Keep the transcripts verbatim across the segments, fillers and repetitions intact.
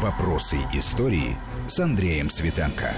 Вопросы истории с Андреем Светенко.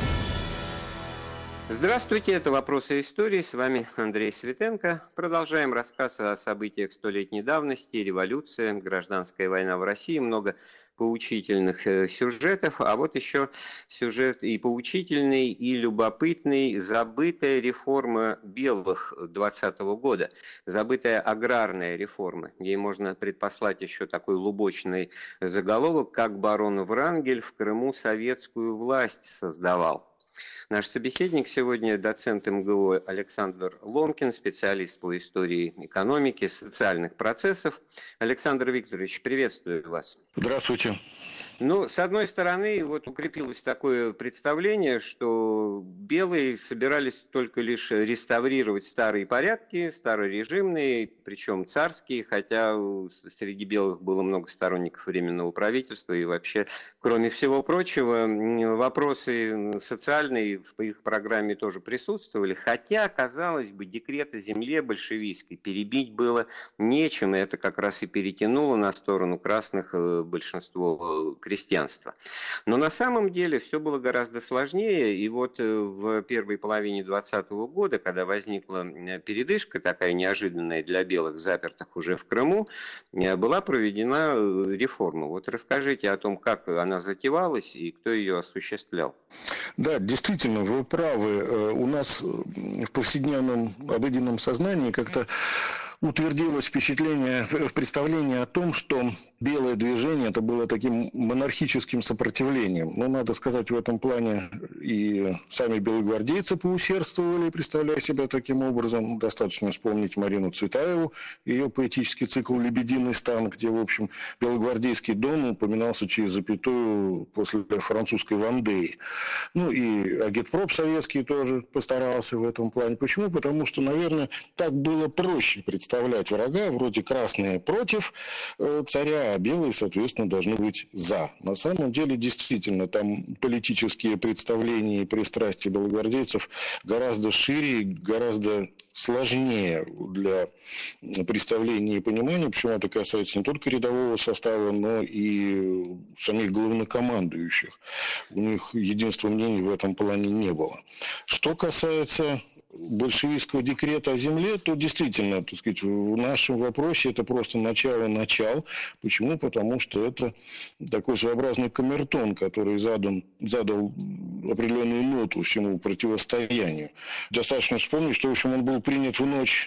Здравствуйте, это «Вопросы истории», с вами Андрей Светенко. Продолжаем рассказ о событиях столетней давности, революция, гражданская война в России, много поучительных э, сюжетов, а вот еще сюжет и поучительный, и любопытный, забытая реформа белых двадцатого года, забытая аграрная реформа. Ей можно предпослать еще такой лубочный заголовок, как барон Врангель в Крыму советскую власть создавал. Наш собеседник сегодня доцент эм гэ у Александр Ломкин, специалист по истории экономики, социальных процессов. Александр Викторович, приветствую вас. Здравствуйте. Ну, с одной стороны, вот укрепилось такое представление, что белые собирались только лишь реставрировать старые порядки, старорежимные, причем царские, хотя среди белых было много сторонников Временного правительства, и вообще, кроме всего прочего, вопросы социальные в их программе тоже присутствовали, хотя, казалось бы, декрет о земле большевистской перебить было нечем, и это как раз и перетянуло на сторону красных большинство крестьянства. Но на самом деле все было гораздо сложнее, и вот в первой половине двадцатого года, когда возникла передышка такая неожиданная для белых, запертых уже в Крыму, была проведена реформа. Вот расскажите о том, как она затевалась и кто ее осуществлял. Да, действительно, вы правы. У нас в повседневном обыденном сознании как-то утвердилось впечатление, представление о том, что белое движение это было таким монархическим сопротивлением. Но надо сказать, в этом плане и сами белогвардейцы поусердствовали, представляя себя таким образом. Достаточно вспомнить Марину Цветаеву, ее поэтический цикл «Лебединый стан», где, в общем, белогвардейский дом упоминался через запятую после французской Вандеи. Ну и агитпроп советский тоже постарался в этом плане. Почему? Потому что, наверное, так было проще представить представлять врага, вроде красные против э, царя, а белые, соответственно, должны быть за. На самом деле, действительно, там политические представления и пристрастия белогвардейцев гораздо шире, гораздо сложнее для представления и понимания, почему это касается не только рядового состава, но и самих главнокомандующих. У них единства мнений в этом плане не было. Что касается большевистского декрета о земле, то действительно, так сказать, в нашем вопросе это просто начало начал. Почему? Потому что это такой своеобразный камертон, который задан, задал определенную ноту всему противостоянию. Достаточно вспомнить, что, в общем, он был принят в ночь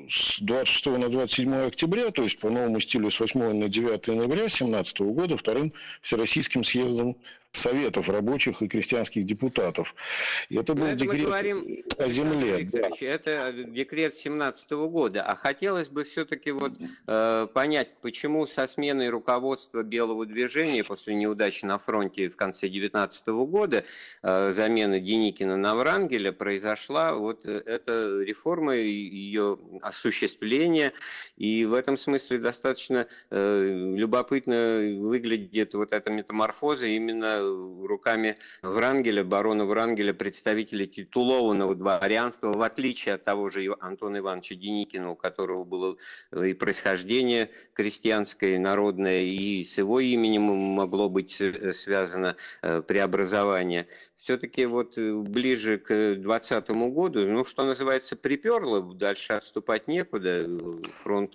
с двадцать шестого на двадцать седьмое октября, то есть по новому стилю с восьмого на девятое ноября две тысячи семнадцатого года вторым Всероссийским съездом Советов рабочих и крестьянских депутатов. И это был это декрет говорим, о земле. Да. Это декрет семнадцатого года. А хотелось бы все-таки вот, э, понять, почему со сменой руководства белого движения после неудачи на фронте в конце девятнадцатого года, э, замена Деникина на Врангеля, произошла вот эта реформа, ее осуществление. И в этом смысле достаточно э, любопытно выглядит вот эта метаморфоза именно руками Врангеля, барона Врангеля, представителя титулованного дворянства, в отличие от того же Антона Ивановича Деникина, у которого было и происхождение крестьянское, народное, и с его именем могло быть связано преобразование. Все-таки вот ближе к двадцатому году, ну, что называется, приперло, дальше отступать некуда, фронт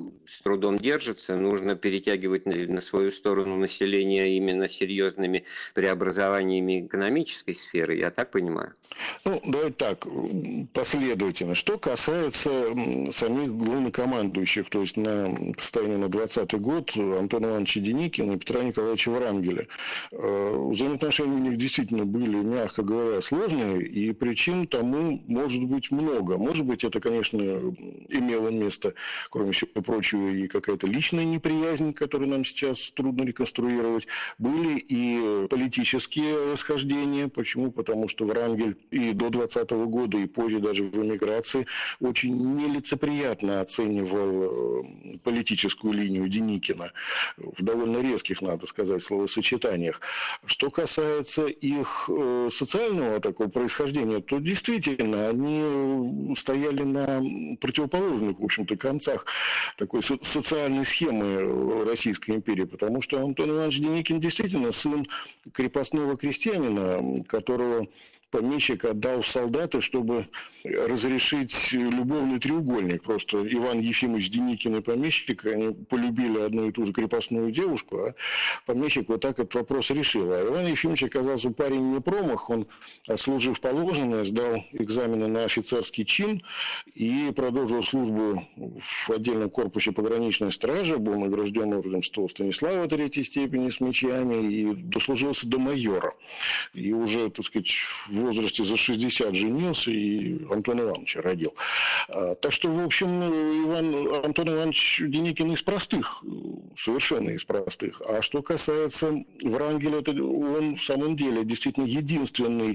с трудом держится, нужно перетягивать на свою сторону население именно серьезными преобразованиями экономической сферы, я так понимаю? Ну, давайте так, последовательно. Что касается самих главнокомандующих, то есть на состояние на двадцатый год Антона Ивановича Деникина и Петра Николаевича Врангеля, взаимоотношения у них действительно были, мягко говоря, сложные, и причин тому может быть много. Может быть, это, конечно, имело место, кроме всего прочего, и какая-то личная неприязнь, которую нам сейчас трудно реконструировать. Были и политические расхождения. Почему? Потому что Врангель и до двадцатого года, и позже даже в эмиграции очень нелицеприятно оценивал политическую линию Деникина в довольно резких, надо сказать, словосочетаниях. Что касается их социального такого происхождения, то действительно они стояли на противоположных, в общем-то, концах такой со- социальной схемы Российской империи, потому что Антон Иванович Деникин действительно сын крепостного крестьянина, которого помещик отдал в солдаты, чтобы разрешить любовный треугольник. Просто Иван Ефимович Деникин и помещик, они полюбили одну и ту же крепостную девушку, а помещик вот так этот вопрос решил. А Иван Ефимович оказался парень не промах, он, отслужив положенное, сдал экзамены на офицерский чин и продолжил службу в отдельном корпусе пограничной стражи, был награжден орденом Святого Станислава третьей степени с мечами и дослужился до майора. И уже, так сказать, в возрасте за шестьдесят женился и Антона Ивановича родил. Так что, в общем, Иван, Антон Иванович Деникин из простых, совершенно из простых. А что касается Врангеля, это он в самом деле действительно единственный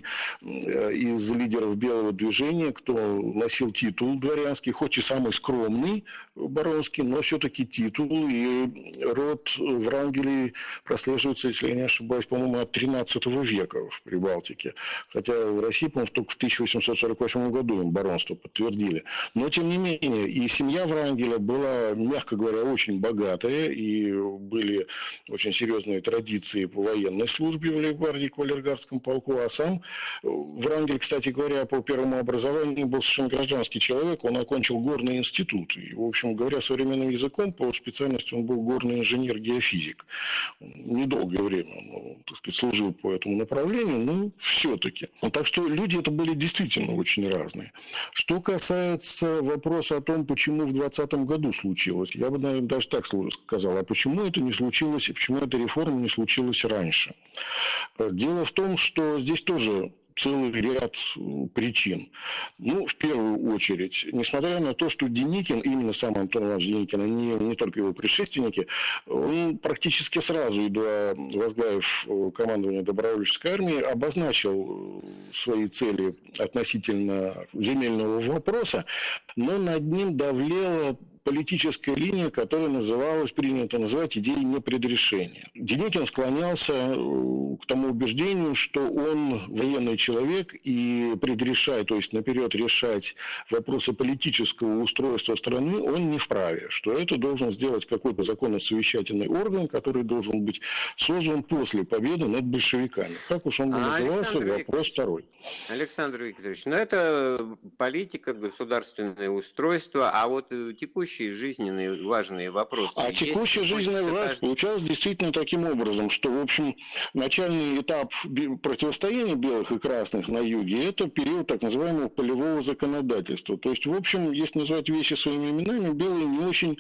из лидеров белого движения, кто носил титул дворянский, хоть и самый скромный баронский, но все-таки титул. И род Врангелей прослеживается, если я не ошибаюсь, по-моему, от тринадцатого века в Прибалтике. Хотя в России, по-моему, только в тысяча восемьсот сорок восьмом году им баронство подтвердили. Но, тем не менее, и семья Врангеля была, мягко говоря, очень богатая, и были очень серьезные традиции по военной службе в лейб-гвардии кавалергардском полку, а сам Врангель, кстати говоря, по первому образованию был совершенно гражданский человек, он окончил горный институт, и, в общем, говоря современным языком, по специальности он был горный инженер-геофизик. Недолгое время он, так сказать, служил по этому направлению, но все-таки. Так что люди это были действительно очень разные. Что касается вопроса о том, почему в двадцатом году случилось, я бы, наверное, даже так сказал, а почему это не случилось, и почему эта реформа не случилась раньше. Дело в том, что здесь тоже целый ряд причин. Ну, в первую очередь, несмотря на то, что Деникин, именно сам Антон Иванович Деникин, а не, не только его предшественники, он практически сразу, едва возглавив командование добровольческой армии, обозначил свои цели относительно земельного вопроса, но над ним давлела политическая линия, которая называлась, принято называть идеей непредрешения. Деникин склонялся к тому убеждению, что он военный человек и предрешать, то есть наперед решать вопросы политического устройства страны, он не вправе, что это должен сделать какой-то законно-совещательный орган, который должен быть создан после победы над большевиками. Как уж он бы а, назывался, вопрос второй. Александр Викторович, ну это политика, государственное устройство, а вот текущий жизненные важные вопросы. А есть, текущая жизненная власть даже... получалась действительно таким образом, что, в общем, начальный этап противостояния белых и красных на юге – это период так называемого полевого законодательства. То есть, в общем, если назвать вещи своими именами, белые не очень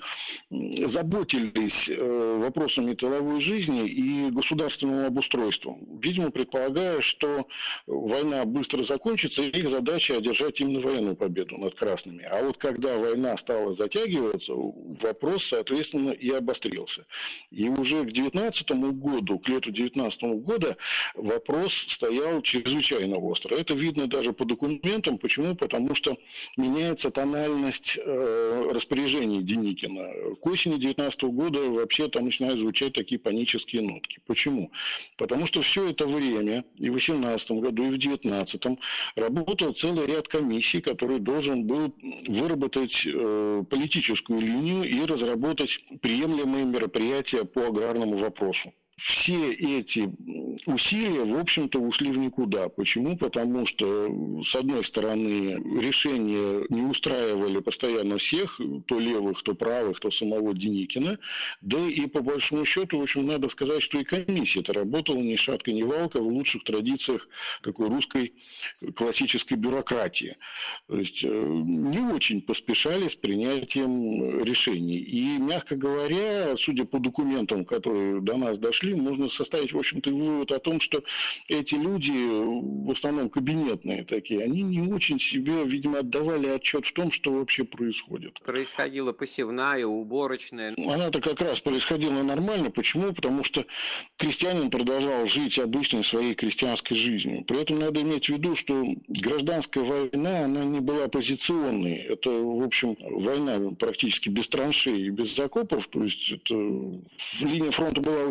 заботились вопросами тыловой жизни и государственного обустройства. Видимо, предполагая, что война быстро закончится, их задача одержать именно военную победу над красными. А вот когда война стала затягиваться, вопрос, соответственно, и обострился. И уже к девятнадцатому году, к лету девятнадцатого года вопрос стоял чрезвычайно остро. Это видно даже по документам. Почему? Потому что меняется тональность э, распоряжений Деникина. К осени девятнадцатого года вообще там начинают звучать такие панические нотки. Почему? Потому что все это время, и в восемнадцатом году, и в девятнадцатом, работал целый ряд комиссий, который должен был выработать э, политическую линию и разработать приемлемые мероприятия по аграрному вопросу. Все эти усилия, в общем-то, ушли в никуда. Почему? Потому что, с одной стороны, решения не устраивали постоянно всех, то левых, то правых, то самого Деникина. Да и, по большому счету, в общем, надо сказать, что и комиссия-то работала ни шатка, ни валка в лучших традициях такой русской классической бюрократии. То есть, не очень поспешали с принятием решений. И, мягко говоря, судя по документам, которые до нас дошли, можно составить, в общем-то, вывод о том, что эти люди, в основном кабинетные такие, они не очень себе, видимо, отдавали отчет в том, что вообще происходит. Происходила посевная, уборочная. Она-то как раз происходила нормально. Почему? Потому что крестьянин продолжал жить обычной своей крестьянской жизнью. При этом надо иметь в виду, что гражданская война, она не была позиционной. Это, в общем, война практически без траншей и без закопов. То есть это... линия фронта была очень подвижной.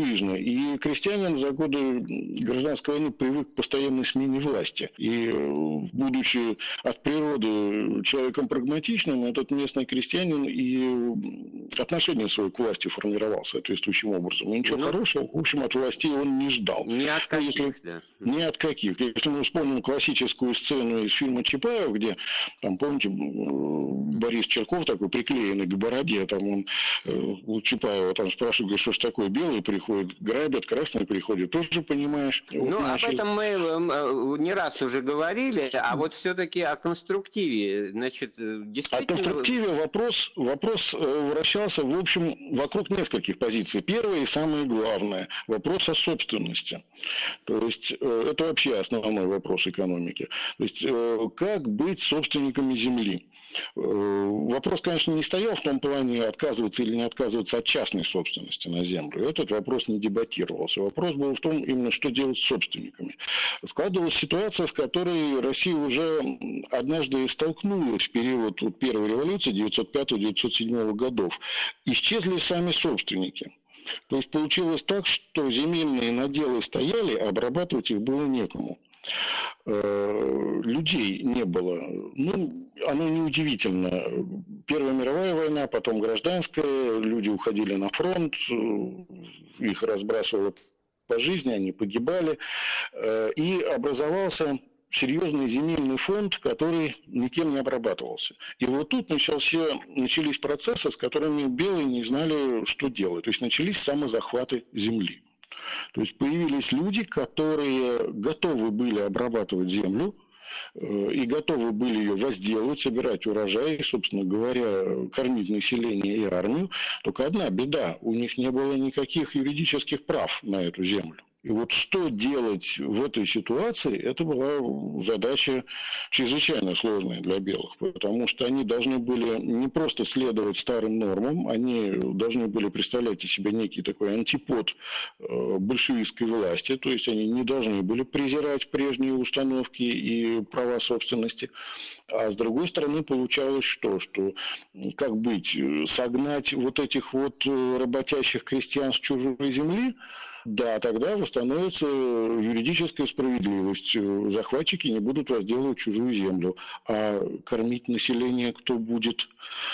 неподвижно. И крестьянин за годы гражданской войны привык к постоянной смене власти. И, будучи от природы человеком прагматичным, этот местный крестьянин и отношение свое к власти формировал соответствующим образом. И ничего ну, хорошего, в общем, от власти он не ждал. Ни от каких, если, да. Ни от каких. Если мы вспомним классическую сцену из фильма Чапаев, где, там, помните, Борис Черков такой приклеенный к бороде, там он у Чапаева там спрашивает, говорит, что ж такое, белые приходят, грабят, красные приходят, тоже понимаешь. Ну, вот, начали... об этом мы не раз уже говорили, а вот все-таки о конструктиве, значит, действительно... О конструктиве вопрос, вопрос вращался, в общем, вокруг нескольких позиций. Первое и самое главное – вопрос о собственности. То есть, это вообще основной вопрос экономики. То есть, как быть собственниками земли? Вопрос, конечно, не стоял в том плане, отказываться или не отказываться от частной собственности на землю. Этот вопрос не дебатировался. Вопрос был в том, именно что делать с собственниками. Складывалась ситуация, с которой Россия уже однажды столкнулась в период вот, первой революции девятьсот пятого - девятьсот седьмого годов. Исчезли сами собственники. То есть, получилось так, что земельные наделы стояли, а обрабатывать их было некому. Людей не было. Ну, оно неудивительно. Первая мировая война, потом гражданская, люди уходили на фронт, их разбрасывало по жизни, они погибали. И образовался серьезный земельный фонд, который никем не обрабатывался. И вот тут начался, начались процессы, с которыми белые не знали, что делать. То есть начались самозахваты земли. То есть появились люди, которые готовы были обрабатывать землю и готовы были ее возделывать, собирать урожай, собственно говоря, кормить население и армию. Только одна беда, у них не было никаких юридических прав на эту землю. И вот что делать в этой ситуации, это была задача чрезвычайно сложная для белых, потому что они должны были не просто следовать старым нормам, они должны были представлять из себя некий такой антипод большевистской власти, то есть они не должны были презирать прежние установки и права собственности. А с другой стороны получалось что? Что как быть? Согнать вот этих вот работящих крестьян с чужой земли? Да, тогда восстановится юридическая справедливость. Захватчики не будут возделывать чужую землю. А кормить население кто будет?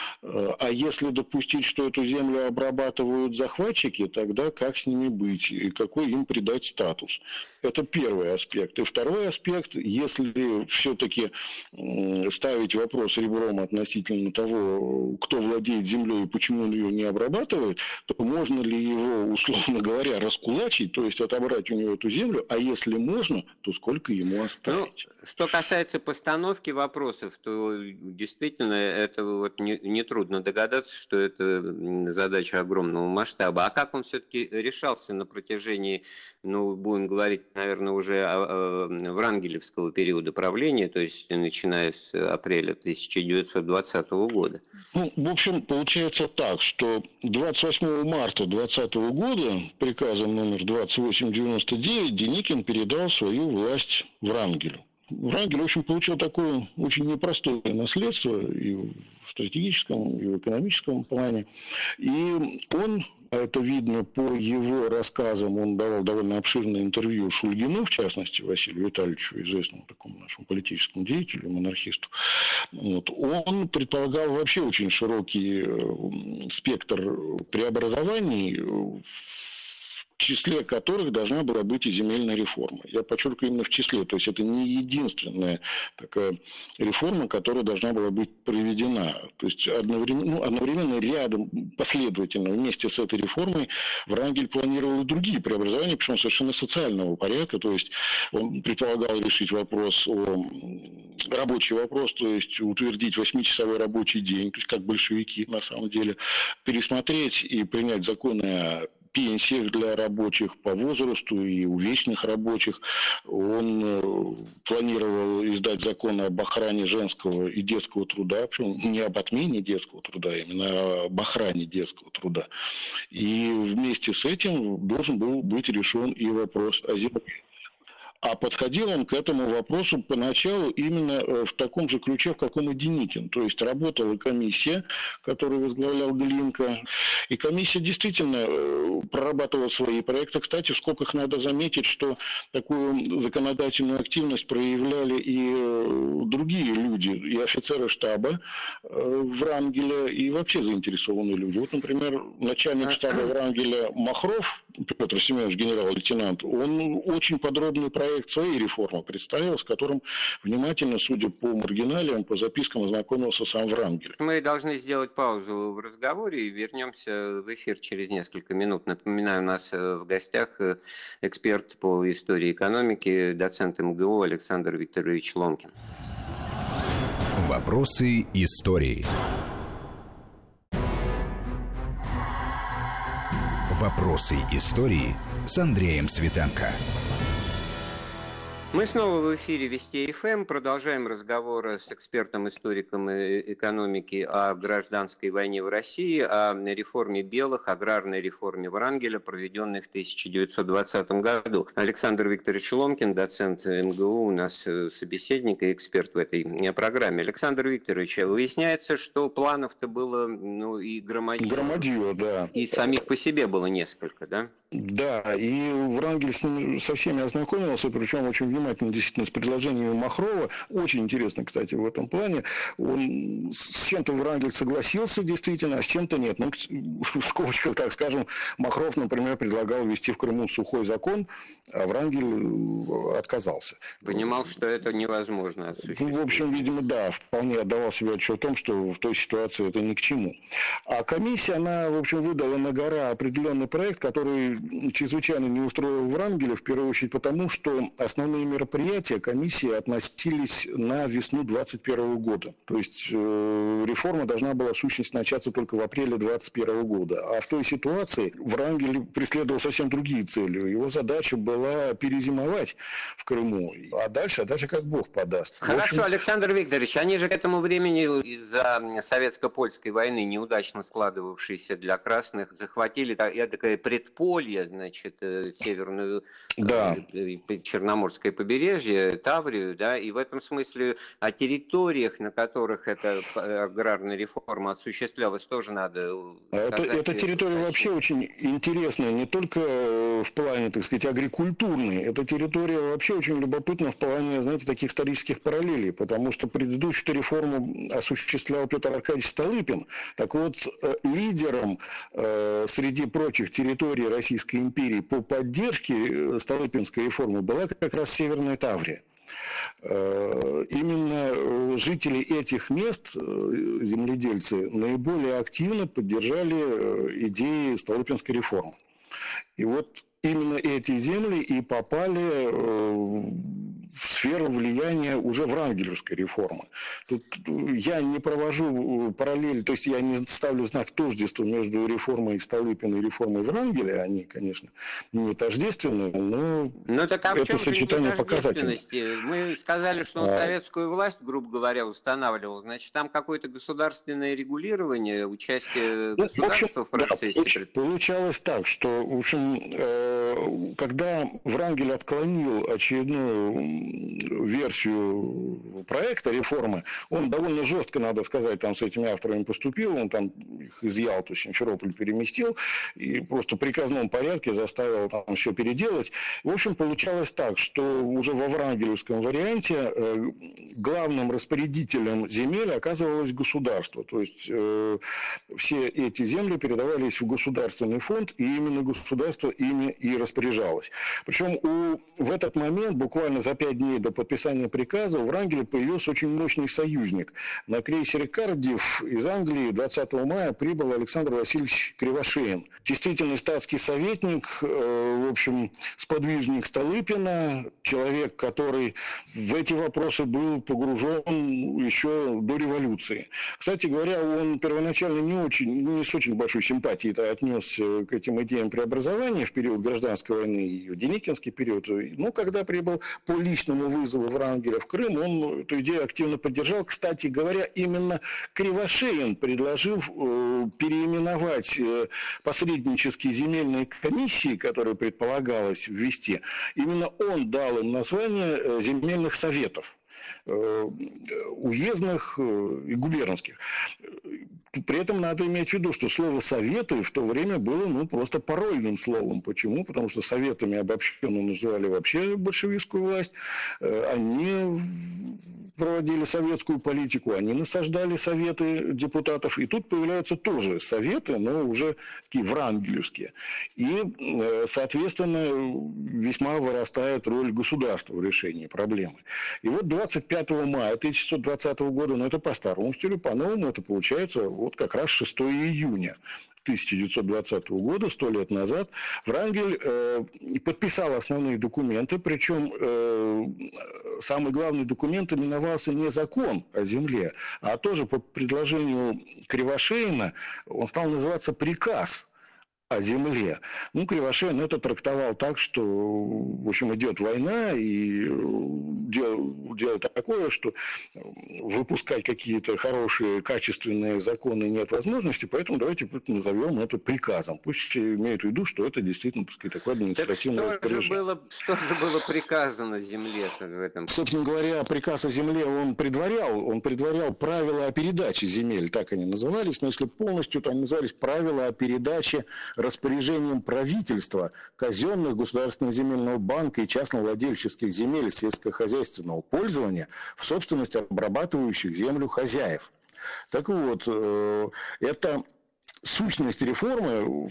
А если допустить, что эту землю обрабатывают захватчики, тогда как с ними быть? И какой им придать статус? Это первый аспект. И второй аспект, если все-таки ставить вопрос ребром относительно того, кто владеет землей и почему он ее не обрабатывает, то можно ли его, условно говоря, раскулачить, то есть отобрать у него эту землю, а если можно, то сколько ему оставить? Ну, что касается постановки вопросов, то действительно это вот нетрудно не догадаться, что это задача огромного масштаба. А как он все-таки решался на протяжении, ну, будем говорить, наверное, уже врангелевского периода правления, то есть начиная с апреля тысяча девятьсот двадцатого года? Ну, в общем, получается так, что двадцать восьмого марта двадцатого года приказом номер двадцать восемь девяносто девять Деникин передал свою власть Врангелю. Врангель, в общем, получил такое очень непростое наследство и в стратегическом, и в экономическом плане. И он, это видно по его рассказам, он давал довольно обширное интервью Шульгину, в частности, Василию Витальевичу, известному такому нашему политическому деятелю, монархисту. Вот. Он предполагал вообще очень широкий спектр преобразований, в числе которых должна была быть и земельная реформа. Я подчеркиваю именно в числе. То есть это не единственная такая реформа, которая должна была быть проведена. То есть одновременно, ну, одновременно рядом, последовательно вместе с этой реформой Врангель планировал и другие преобразования, причем совершенно социального порядка. То есть он предполагал решить вопрос о рабочий вопрос, то есть утвердить восьмичасовой рабочий день, то есть как большевики на самом деле, пересмотреть и принять законы о пенсиях для рабочих по возрасту и у вечных рабочих. Он планировал издать закон об охране женского и детского труда, причем не об отмене детского труда, а именно об охране детского труда. И вместе с этим должен был быть решен и вопрос о земле. А подходил он к этому вопросу поначалу именно в таком же ключе, в каком и Деникин. То есть работала комиссия, которую возглавлял Глинка. И комиссия действительно прорабатывала свои проекты. Кстати, в скобках надо заметить, что такую законодательную активность проявляли и другие люди, и офицеры штаба Врангеля, и вообще заинтересованные люди. Вот, например, начальник штаба Врангеля Махров, Петр Семенович, генерал-лейтенант, он очень подробный проект своей реформы представил, с которым внимательно, судя по маргиналиям, по запискам, ознакомился сам Врангель. Мы должны сделать паузу в разговоре и вернемся в эфир через несколько минут. Напоминаю, у нас в гостях эксперт по истории и экономике, доцент эм гэ у Александр Викторович Ломкин. Вопросы истории. Вопросы истории с Андреем Светенко. Мы снова в эфире Вести эф эм. Продолжаем разговор с экспертом-историком экономики о гражданской войне в России, о реформе белых, аграрной реформе Врангеля, проведенной в тысяча девятьсот двадцатом году. Александр Викторович Ломкин, доцент эм гэ у, у нас собеседник и эксперт в этой программе. Александр Викторович, выясняется, что планов-то было ну, и громадье. Громадье, да. И самих по себе было несколько, да? Да, и Врангель с ним, со всеми ознакомился, причем очень внимательно, действительно, с предложениями Махрова. Очень интересно, кстати, в этом плане. Он, с чем-то Врангель согласился, действительно, а с чем-то нет. Ну, в скобочках, так скажем, Махров, например, предлагал ввести в Крыму сухой закон, а Врангель отказался. Понимал, что это невозможно осуществить. Ну, в общем, видимо, да, вполне отдавал себе отчет о том, что в той ситуации это ни к чему. А комиссия, она, в общем, выдала на гора определенный проект, который чрезвычайно не устроил Врангеля, в первую очередь потому, что основные мероприятия комиссии относились на весну двадцать первого года. То есть э, реформа должна была в сущности начаться только в апреле двадцать первого года. А в той ситуации Врангель преследовал совсем другие цели. Его задача была перезимовать в Крыму, а дальше, а дальше как Бог подаст. Хорошо, общем... Александр Викторович, они же к этому времени из-за советско-польской войны, неудачно складывавшейся для красных, захватили такое предполье, значит, северную да. Черноморское побережье, Таврию, да, и в этом смысле о территориях, на которых эта аграрная реформа осуществлялась, тоже надо это, эта территория значит. Вообще очень интересная, не только в плане, так сказать, агрикультурной, эта территория вообще очень любопытна в плане, знаете, таких исторических параллелей, потому что предыдущую реформу осуществлял Петр Аркадьевич Столыпин. Так вот, лидером э, среди прочих территорий Российской империи по поддержке Столыпинской реформы была как раз Северная Таврия. Именно жители этих мест, земледельцы, наиболее активно поддержали идеи Столыпинской реформы. И вот именно эти земли и попали в сферу влияния уже врангелевской реформы. Тут я не провожу параллели, то есть я не ставлю знак тождества между реформой Столыпина и реформой Врангеля. Они, конечно, не тождественны, но, но так, а это сочетание показательно. Мы сказали, что он а... советскую власть, грубо говоря, устанавливал. Значит, там какое-то государственное регулирование, участие ну, государства в, общем, в процессе. Да, получалось так, что, в общем, когда Врангель отклонил очередную версию проекта реформы, он довольно жестко, надо сказать, там с этими авторами поступил, он там их из Ялты в Симферополь переместил и просто в приказном порядке заставил там все переделать. В общем, получалось так, что уже во врангелевском варианте главным распорядителем земель оказывалось государство. То есть э, все эти земли передавались в государственный фонд, и именно государство ими и распоряжалось. Причем у, в этот момент, буквально за пять дней до подписания приказа, у Врангеля появился очень мощный союзник. На крейсере «Кардифф» из Англии двадцатого мая прибыл Александр Васильевич Кривошеин. Действительно статский советник, в общем, сподвижник Столыпина, человек, который в эти вопросы был погружен еще до революции. Кстати говоря, он первоначально не очень, не с очень большой симпатией отнесся к этим идеям преобразования в период гражданской гражданской войны и в Деникинский период. Ну, когда прибыл по личному вызову Врангеля в Крым, он эту идею активно поддержал. Кстати говоря, именно Кривошеин предложил э, переименовать э, посреднические земельные комиссии, которые предполагалось ввести. Именно он дал им название э, земельных советов. Уездных и губернских. При этом надо иметь в виду, что слово «советы» в то время было ну, просто парольным словом. Почему? Потому что советами обобщенно называли вообще большевистскую власть. Они проводили советскую политику, они насаждали советы депутатов. И тут появляются тоже советы, но уже такие врангелевские. И, соответственно, весьма вырастает роль государства в решении проблемы. И вот двадцать пятого мая тысяча девятьсот двадцатого года, ну это по старому стилю, по-новому это получается вот как раз шестого июня тысяча девятьсот двадцатого года, сто лет назад, Врангель э, подписал основные документы, причем э, самый главный документ именовался не закон о земле, а тоже по предложению Кривошеина он стал называться приказ о земле. Ну, Кривошеин это трактовал так, что, в общем, идет война, и дело, дело такое, что выпускать какие-то хорошие, качественные законы нет возможности, поэтому давайте назовем это приказом. Пусть имеют в виду, что это действительно, так сказать, такое административное так что распоряжение. Же было, что же было приказано земле в этом? Собственно говоря, приказ о земле он предварял, он предварял правила о передаче земель, так они назывались, но если полностью, то они назывались правила о передаче распоряжением правительства казенных государственных земельного банка и частновладельческих земель сельскохозяйственного пользования в собственность обрабатывающих землю хозяев. Так вот, эта сущность реформы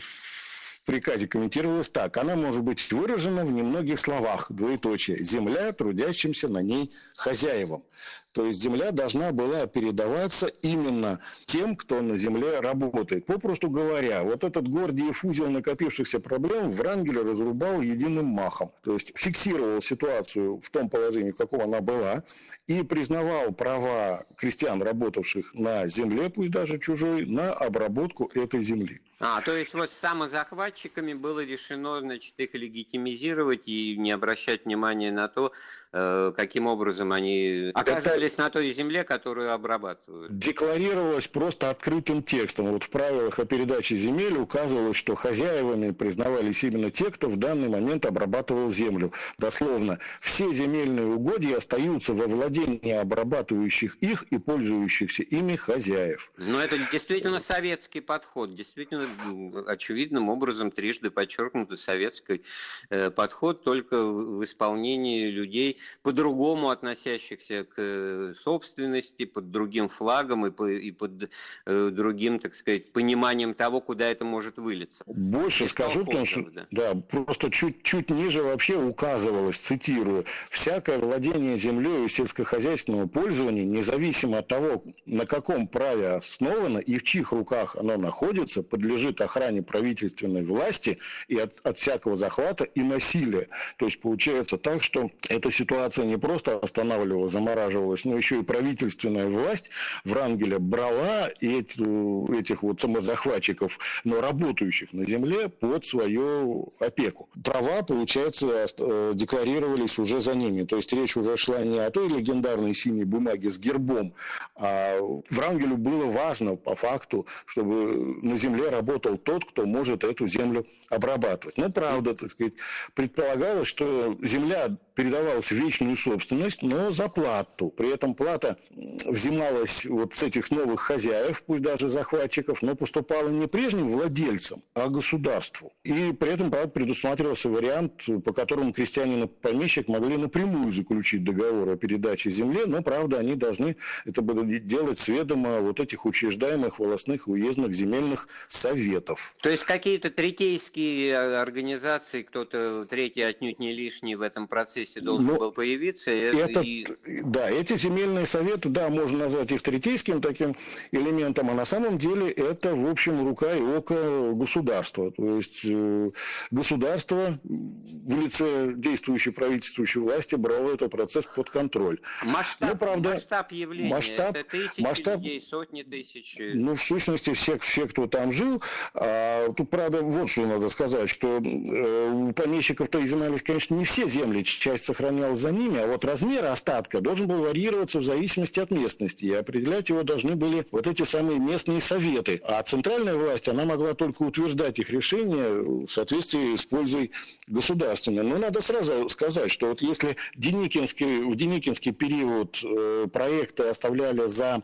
в приказе комментировалась так. Она может быть выражена в немногих словах, двоеточие. Земля трудящимся на ней хозяевам. То есть земля должна была передаваться именно тем, кто на земле работает. Попросту говоря, вот этот Гордиев узел накопившихся проблем Врангель разрубал единым махом. То есть фиксировал ситуацию в том положении, в каком она была, и признавал права крестьян, работавших на земле, пусть даже чужой, на обработку этой земли. А, то есть вот самозахватчиками было решено, значит, их легитимизировать и не обращать внимания на то, каким образом они оказались на той земле, которую обрабатывают. Декларировалось просто открытым текстом. Вот в правилах о передаче земель указывалось, что хозяевами признавались именно те, кто в данный момент обрабатывал землю. Дословно, все земельные угодья остаются во владении обрабатывающих их и пользующихся ими хозяев. Но это действительно советский подход. Действительно, очевидным образом трижды подчеркнутый советский подход, только в исполнении людей, по-другому относящихся к собственности, под другим флагом и, по, и под э, другим, так сказать, пониманием того, куда это может вылиться. Больше скажу, потому что да. Да, просто чуть-чуть ниже вообще указывалось, цитирую, всякое владение землей и сельскохозяйственного пользования, независимо от того, на каком праве основано и в чьих руках оно находится, подлежит охране правительственной власти и от, от всякого захвата и насилия. То есть получается так, что эта ситуация Ситуация не просто останавливалась, замораживалась, но еще и правительственная власть Врангеля брала эту, этих вот самозахватчиков, но работающих на земле, под свою опеку. Права, получается, декларировались уже за ними. То есть речь уже шла не о той легендарной синей бумаге с гербом, а Врангелю было важно по факту, чтобы на земле работал тот, кто может эту землю обрабатывать. Но правда, так сказать, предполагалось, что земля передавалась в вечную собственность, но за плату. При этом плата взималась вот с этих новых хозяев, пусть даже захватчиков, но поступала не прежним владельцам, а государству. И при этом, правда, предусматривался вариант, по которому крестьянин и помещик могли напрямую заключить договор о передаче земли, но, правда, они должны это будут делать с ведома вот этих учреждаемых волостных и уездных земельных советов. То есть какие-то третейские организации, кто-то третий отнюдь не лишний в этом процессе месте должен ну, был появиться. Это, и... Да, эти земельные советы, да, можно назвать их третейским таким элементом, а на самом деле это, в общем, рука и око государства. То есть государство в лице действующей правительствующей власти брало этот процесс под контроль. Масштаб, ну, правда, масштаб явления, масштаб, это тысячи масштаб, людей, сотни тысяч. Ну, в сущности, все, все кто там жил. А, тут, правда, вот что надо сказать, что э, у помещиков-то изымались, конечно, не все земли, часть сохранялась за ними, а вот размер остатка должен был варьироваться в зависимости от местности, и определять его должны были вот эти самые местные советы. А центральная власть, она могла только утверждать их решения в соответствии с пользой государственной. Но надо сразу сказать, что вот если Деникинский, в Деникинский период э, проекты оставляли за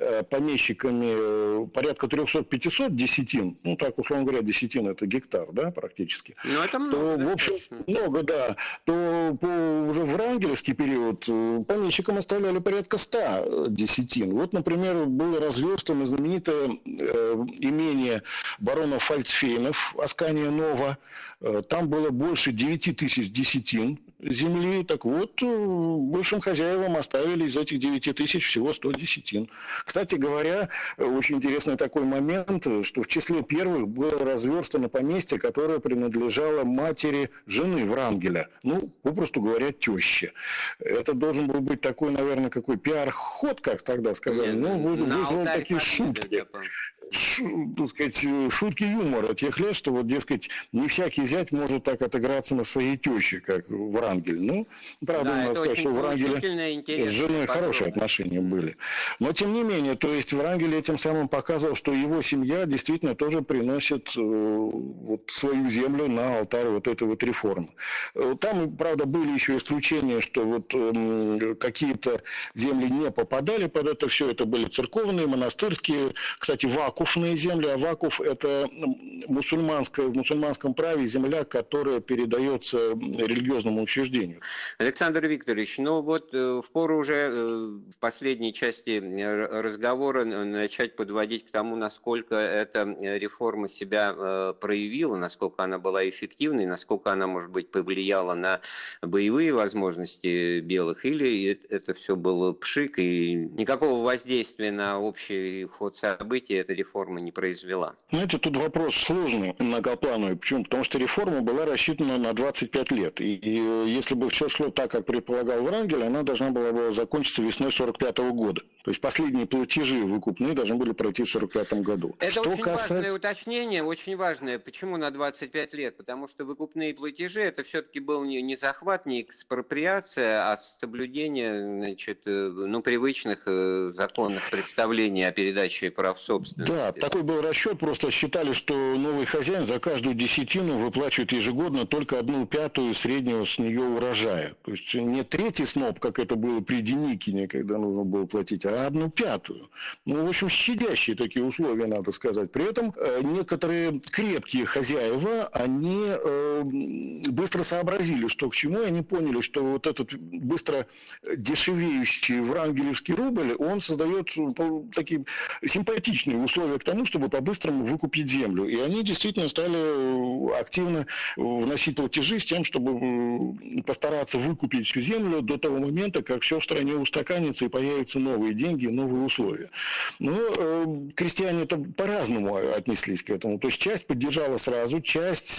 помещиками порядка триста-пятьсот десятин, ну так, условно говоря, десятин это гектар, да, практически. Ну, это много. То, в общем, точно. много, да. То по, уже в врангелевский период помещикам оставляли порядка ста десятин. Вот, например, было разверстано знаменитое э, имение барона Фальцфейнов, Аскания Нова. Там было больше девяти тысяч десятин земли. Так вот, бывшим хозяевам оставили из этих девяти тысяч всего сто десятин. Кстати говоря, очень интересный такой момент, что в числе первых было разверстано поместье, которое принадлежало матери жены Врангеля. Ну, попросту говоря, теще. Это должен был быть такой, наверное, какой пиар-ход, как тогда сказали. Нет, ну, вызвал такие шутки. Ш, так сказать, шутки юмора тех лет, что вот, дескать, не всякий зять может так отыграться на своей теще, как Врангель. Ну, правда, да, надо сказать, что у Врангеля с женой хорошие отношения были. Но, тем не менее, то есть Врангель этим самым показывал, что его семья действительно тоже приносит э, вот, свою землю на алтарь вот этой вот реформы. Там, правда, были еще исключения, что вот э, какие-то земли не попадали под это все. Это были церковные, монастырские, кстати, вакуфные земли. А вакуф – это мусульманская, в мусульманском праве земля, которая передается религиозному учреждению. Александр Викторович, ну вот в пору уже в последней части разговора начать подводить к тому, насколько эта реформа себя проявила, насколько она была эффективной, насколько она, может быть, повлияла на боевые возможности белых, или это все было пшик, и никакого воздействия на общий ход событий эта реформа не произвела? Знаете, тут вопрос сложный, многоплановый. Почему? Потому что реформа была рассчитана на двадцать пять лет. И, и если бы все шло так, как предполагал Врангель, она должна была бы закончиться весной сорок пятого года. То есть последние платежи выкупные должны были пройти в сорок пятом году. Это что очень касается... важное уточнение, очень важное. Почему на двадцать пять лет? Потому что выкупные платежи, это все-таки был не, не захват, не экспроприация, а соблюдение, значит, ну, привычных законных представлений о передаче прав собственности. Да, такой был расчет. Просто считали, что новый хозяин за каждую десятину выплачивает ежегодно только одну пятую среднего с нее урожая. То есть не третий сноп, как это было при Деникине, когда нужно было платить, а одну пятую. Ну, в общем, щадящие такие условия, надо сказать. При этом э, некоторые крепкие хозяева, они э, быстро сообразили, что к чему, и они поняли, что вот этот быстро дешевеющий врангелевский рубль, он создает такие симпатичные условия к тому, чтобы по-быстрому выкупить землю. И они действительно стали активно вносить платежи с тем, чтобы постараться выкупить всю землю до того момента, как все в стране устаканится и появятся новые деньги, новые условия. Но э, крестьяне-то по-разному отнеслись к этому. То есть часть поддержала сразу, часть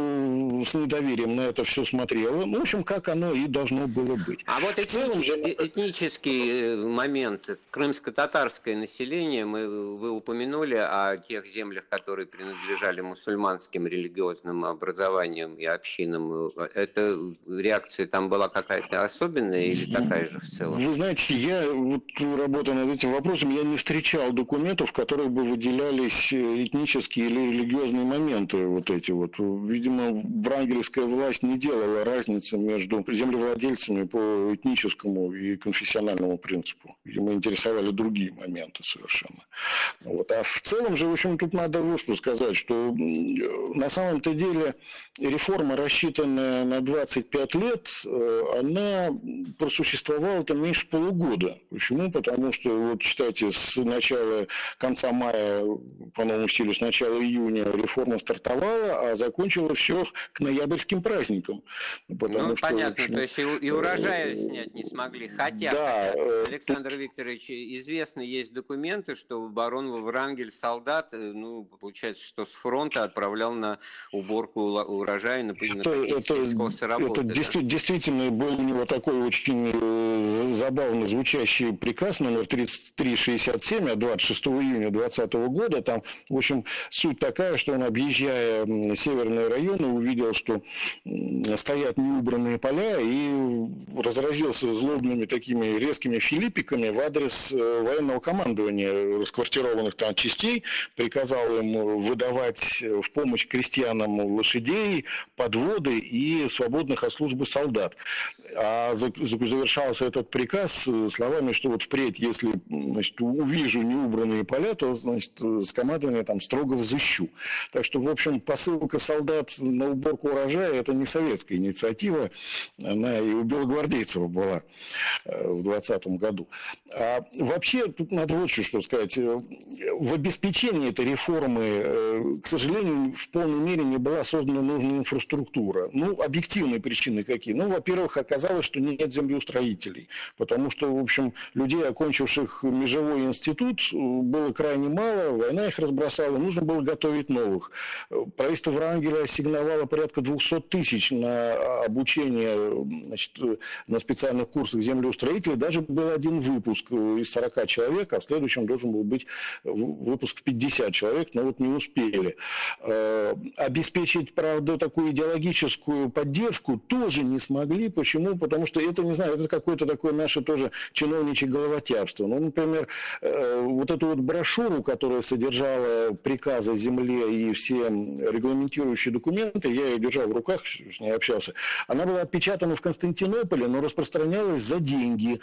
э, с недоверием на это все смотрела. Ну, в общем, как оно и должно было быть. А вот этнический, же... этнический момент, крымско-татарское население, мы, вы упомянули о тех землях, которые принадлежали мусульманским религиозным образованиям и общинам. Эта реакция там была какая-то особенная или такая же в целом? Вы знаете, я, вот, работая над этим вопросом, я не встречал документов, в которых бы выделялись этнические или религиозные моменты вот эти вот. Видимо, врангелевская власть не делала разницы между землевладельцами по этническому и конфессиональному принципу. Видимо, интересовали другие моменты совершенно. Вот. А в целом же, в общем, тут надо вот что сказать, что на самом-то деле реформа, рассчитанная на двадцать пять лет, она просуществовала там меньше полугода. Почему? Потому что, вот, считайте, с начала, конца мая, по новому стилю, с начала июня реформа стартовала, а закончилась все к ноябрьским праздникам. Потому ну, что, понятно, общем, то есть и, и урожая снять не смогли. Хотя, да, хотя, Александр тут... Викторович, известно, есть документы, что барон Врангель солдат, ну, получается, что с фронта отправлял на уборку урожая, на, на какие-то сельхозработы. Это да? действительно был у него такой очень забавно звучащий приказ номер тридцать три шестьдесят семь от двадцать шестого июня двадцатого года. Там, в общем, суть такая, что он, объезжая северные районы, увидел, что стоят неубранные поля, и разразился злобными такими резкими филиппиками в адрес военного командования расквартированных там частей, приказал им выдавать в помощь крестьянам лошадей, подводы и свободных от службы солдат. А завершался этот приказ словами, что вот впредь, если, значит, увижу неубранные поля, то, значит, с командованием там строго взыщу. Так что, в общем, посылка солдат на уборку урожая – это не советская инициатива, она и у белогвардейцев была в двадцатом году. А вообще, тут надо вот что сказать. В обеспечении этой реформы, к сожалению, в полной мере не была создана нужная инфраструктура. Ну, объективные причины какие? Ну, во-первых, оказалось, что нет землеустроителей, потому что, в общем, людей, окончивших межевой институт, было крайне мало, война их разбросала, нужно было готовить новых. Правительство Врангеля ассигновало порядка двухсот тысяч на обучение, значит, на специальных курсах землеустроителей. Даже был один выпуск из сорока человек, а в следующем должен был быть выпуск в пятьдесят человек, но вот не успели. Обеспечить, правда, такую идеологическую поддержку тоже не смогли. Почему? Потому что это, не знаю, это какое-то такое наше тоже чиновничье головотяпство. Ну, например, вот эту вот брошюру, которая содержала приказы о земле и все регламентирующие документы, я ее держал в руках, с ней общался, она была отпечатана в Константинополе, но распространялась за деньги,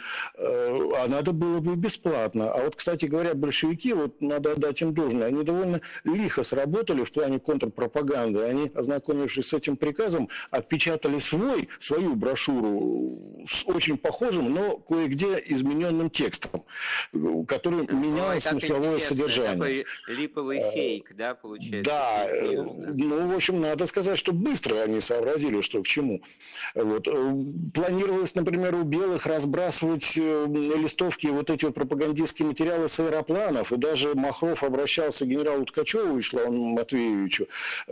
а надо было бы бесплатно. А вот, кстати говоря, большевики, вот надо отдать им должное, они довольно лихо сработали в плане контрпропаганды. Они, ознакомившись с этим приказом, отпечатали свой, свою брошюру с очень похожим, но кое-где измененным текстом, который ну, менял смысловое содержание. Такой липовый фейк, да, получается? Да, ну, в общем, надо сказать, что быстро они сообразили, что к чему. Вот. Планировалось, например, у белых разбрасывать листовки, вот эти вот пропагандистские материалы с аэропланов, и даже Махров обращался к генералу Ткачеву Вячеславу Матвеевичу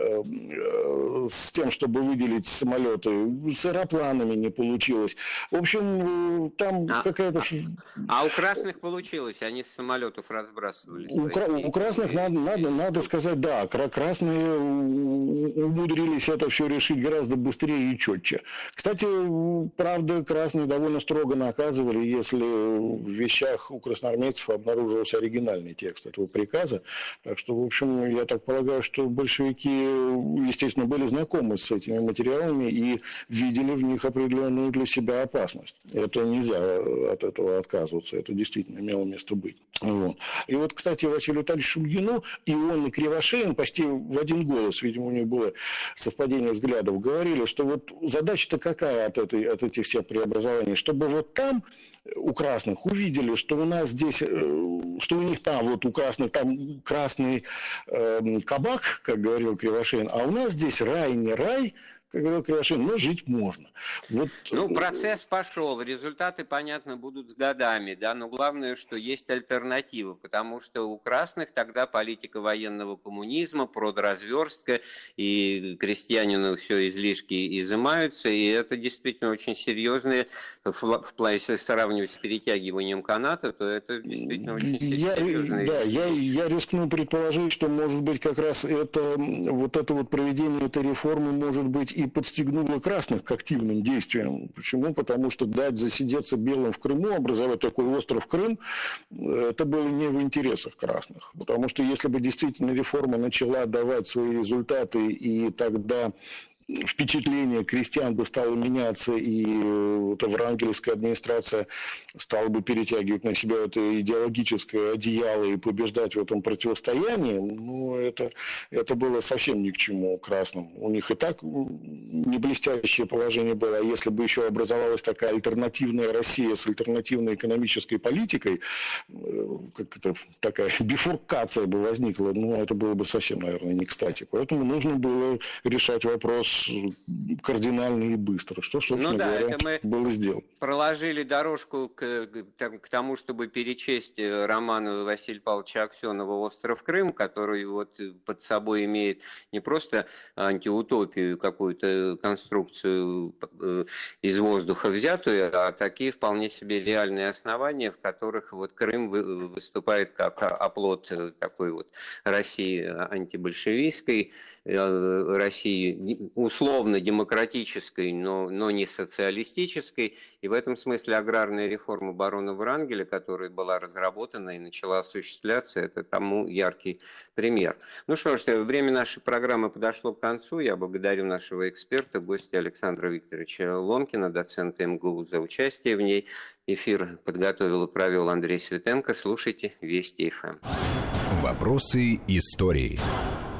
с тем, чтобы выделить самолеты. С аэропланами не получилось. В общем, там а, какая-то... А у красных получилось, они с самолетов разбрасывались. У, кра- у красных, надо, надо, надо сказать, да, красные умудрились это все решить гораздо быстрее и четче. Кстати, правда, красные довольно строго наказывали, если в вещах у красноармейцев обнаруживался оригинальный текст этого приказа. Так что, в общем, я так полагаю, что большевики, естественно, были знакомы с этими материалами и видели в них определенную для себя опасность. Это нельзя от этого отказываться. Это действительно имело место быть. Вот. И вот, кстати, Василию Витальевичу Шульгину и он, и Кривошеин почти в один голос, видимо, у них было совпадение взглядов, говорили, что вот задача-то какая от, этой, от этих всех преобразований, чтобы вот там у красных увидели, что у нас здесь, что у них там вот у красных там красный э, кабак, как говорил Кривошеин, а у нас здесь рай не рай, как говорил Кривошеин, но жить можно. Вот... Ну, процесс пошел, результаты, понятно, будут с годами, да, но главное, что есть альтернатива, потому что у красных тогда политика военного коммунизма, продразверстка, и крестьянину все излишки изымаются, и это действительно очень серьезные, в плане, если сравнивать с перетягиванием каната, то это действительно очень я, серьезные. Да, я, я рискну предположить, что, может быть, как раз это, вот это вот проведение этой реформы, может быть, и подстегнуло красных к активным действиям. Почему? Потому что дать засидеться белым в Крыму, образовать такой остров Крым, это было не в интересах красных. Потому что если бы действительно реформа начала давать свои результаты, и тогда впечатление крестьян бы стало меняться, и вот врангелевская администрация стала бы перетягивать на себя это идеологическое одеяло и побеждать в этом противостоянии, ну, это, это было совсем ни к чему красным. У них и так не блестящее положение было, а если бы еще образовалась такая альтернативная Россия с альтернативной экономической политикой, как это, такая бифуркация бы возникла, ну, это было бы совсем, наверное, не кстати. Поэтому нужно было решать вопрос кардинально и быстро, что, собственно ну, да, говоря, это мы было сделано. Проложили дорожку к, к тому, чтобы перечесть роман Василия Павловича Аксенова «Остров Крым», который вот под собой имеет не просто антиутопию, какую-то конструкцию из воздуха взятую, а такие вполне себе реальные основания, в которых вот Крым выступает как оплот такой вот России антибольшевистской, России условно-демократической, но, но не социалистической. И в этом смысле аграрная реформа барона Врангеля, которая была разработана и начала осуществляться, это тому яркий пример. Ну что ж, время нашей программы подошло к концу. Я благодарю нашего эксперта, гостя Александра Викторовича Ломкина, доцента эм гэ у, за участие в ней. Эфир подготовил и провел Андрей Светенко. Слушайте Вести эф эм. Вопросы истории.